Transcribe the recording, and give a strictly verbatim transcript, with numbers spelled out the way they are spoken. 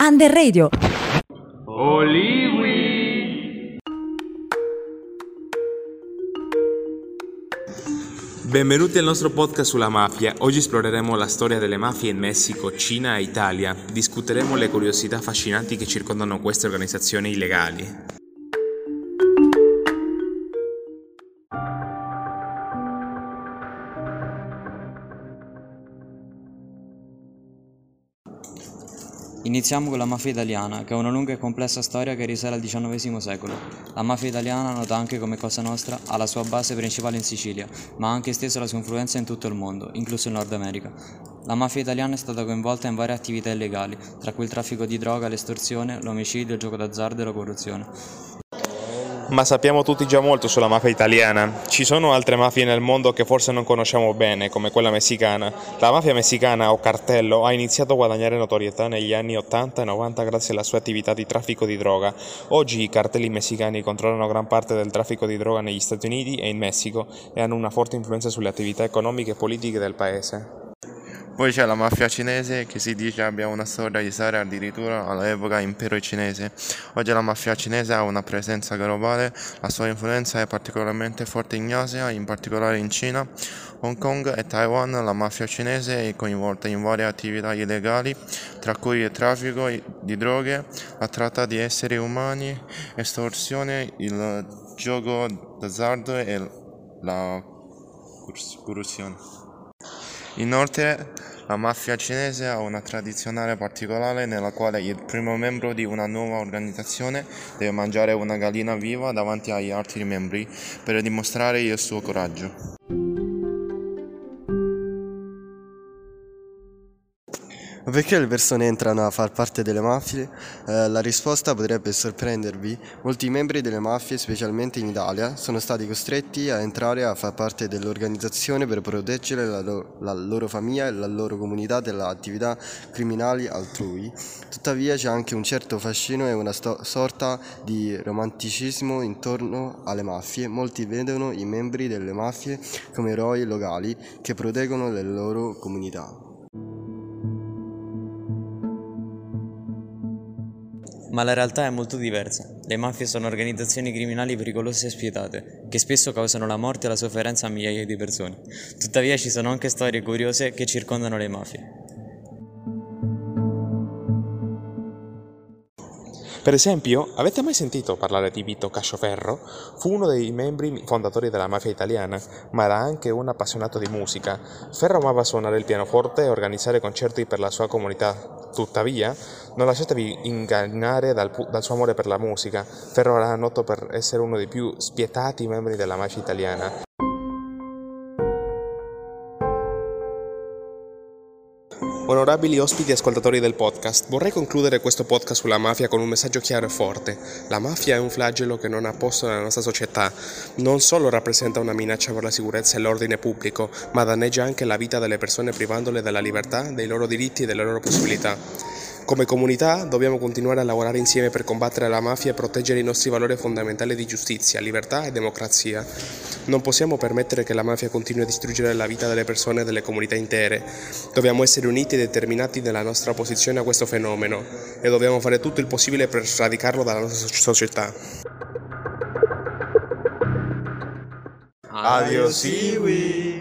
Under Radio. Oliwi! Benvenuti al nostro podcast sulla mafia. Oggi esploreremo la storia delle mafie in Messico, Cina e Italia. Discuteremo le curiosità affascinanti che circondano queste organizzazioni illegali. Iniziamo con la mafia italiana, che ha una lunga e complessa storia che risale al diciannovesimo secolo. La mafia italiana, nota anche come Cosa Nostra, ha la sua base principale in Sicilia, ma ha anche esteso la sua influenza in tutto il mondo, incluso il Nord America. La mafia italiana è stata coinvolta in varie attività illegali, tra cui il traffico di droga, l'estorsione, l'omicidio, il gioco d'azzardo e la corruzione. Ma sappiamo tutti già molto sulla mafia italiana. Ci sono altre mafie nel mondo che forse non conosciamo bene, come quella messicana. La mafia messicana, o cartello, ha iniziato a guadagnare notorietà negli anni ottanta e novanta grazie alla sua attività di traffico di droga. Oggi i cartelli messicani controllano gran parte del traffico di droga negli Stati Uniti e in Messico e hanno una forte influenza sulle attività economiche e politiche del paese. Poi c'è la mafia cinese, che si dice abbia una storia di risale addirittura all'epoca impero cinese. Oggi la mafia cinese ha una presenza globale, la sua influenza è particolarmente forte in Asia, in particolare in Cina, Hong Kong e Taiwan. La mafia cinese è coinvolta in varie attività illegali, tra cui il traffico di droghe, la tratta di esseri umani, estorsione, il gioco d'azzardo e la corruzione. Inoltre, la mafia cinese ha una tradizione particolare nella quale il primo membro di una nuova organizzazione deve mangiare una gallina viva davanti agli altri membri per dimostrare il suo coraggio. Perché le persone entrano a far parte delle mafie? Eh, la risposta potrebbe sorprendervi. Molti membri delle mafie, specialmente in Italia, sono stati costretti a entrare a far parte dell'organizzazione per proteggere la, lo- la loro famiglia e la loro comunità dalle attività criminali altrui. Tuttavia c'è anche un certo fascino e una sto- sorta di romanticismo intorno alle mafie. Molti vedono i membri delle mafie come eroi locali che proteggono le loro comunità. Ma la realtà è molto diversa. Le mafie sono organizzazioni criminali pericolose e spietate, che spesso causano la morte e la sofferenza a migliaia di persone. Tuttavia ci sono anche storie curiose che circondano le mafie. Per esempio, avete mai sentito parlare di Vito Cascioferro? Fu uno dei membri fondatori della mafia italiana, ma era anche un appassionato di musica. Ferro amava suonare il pianoforte e organizzare concerti per la sua comunità. Tuttavia, non lasciatevi ingannare dal, pu- dal suo amore per la musica. Ferro era noto per essere uno dei più spietati membri della mafia italiana. Onorabili ospiti e ascoltatori del podcast, vorrei concludere questo podcast sulla mafia con un messaggio chiaro e forte. La mafia è un flagello che non ha posto nella nostra società. Non solo rappresenta una minaccia per la sicurezza e l'ordine pubblico, ma danneggia anche la vita delle persone privandole della libertà, dei loro diritti e delle loro possibilità. Come comunità dobbiamo continuare a lavorare insieme per combattere la mafia e proteggere i nostri valori fondamentali di giustizia, libertà e democrazia. Non possiamo permettere che la mafia continui a distruggere la vita delle persone e delle comunità intere. Dobbiamo essere uniti e determinati nella nostra opposizione a questo fenomeno e dobbiamo fare tutto il possibile per sradicarlo dalla nostra società. Adios, Iwi!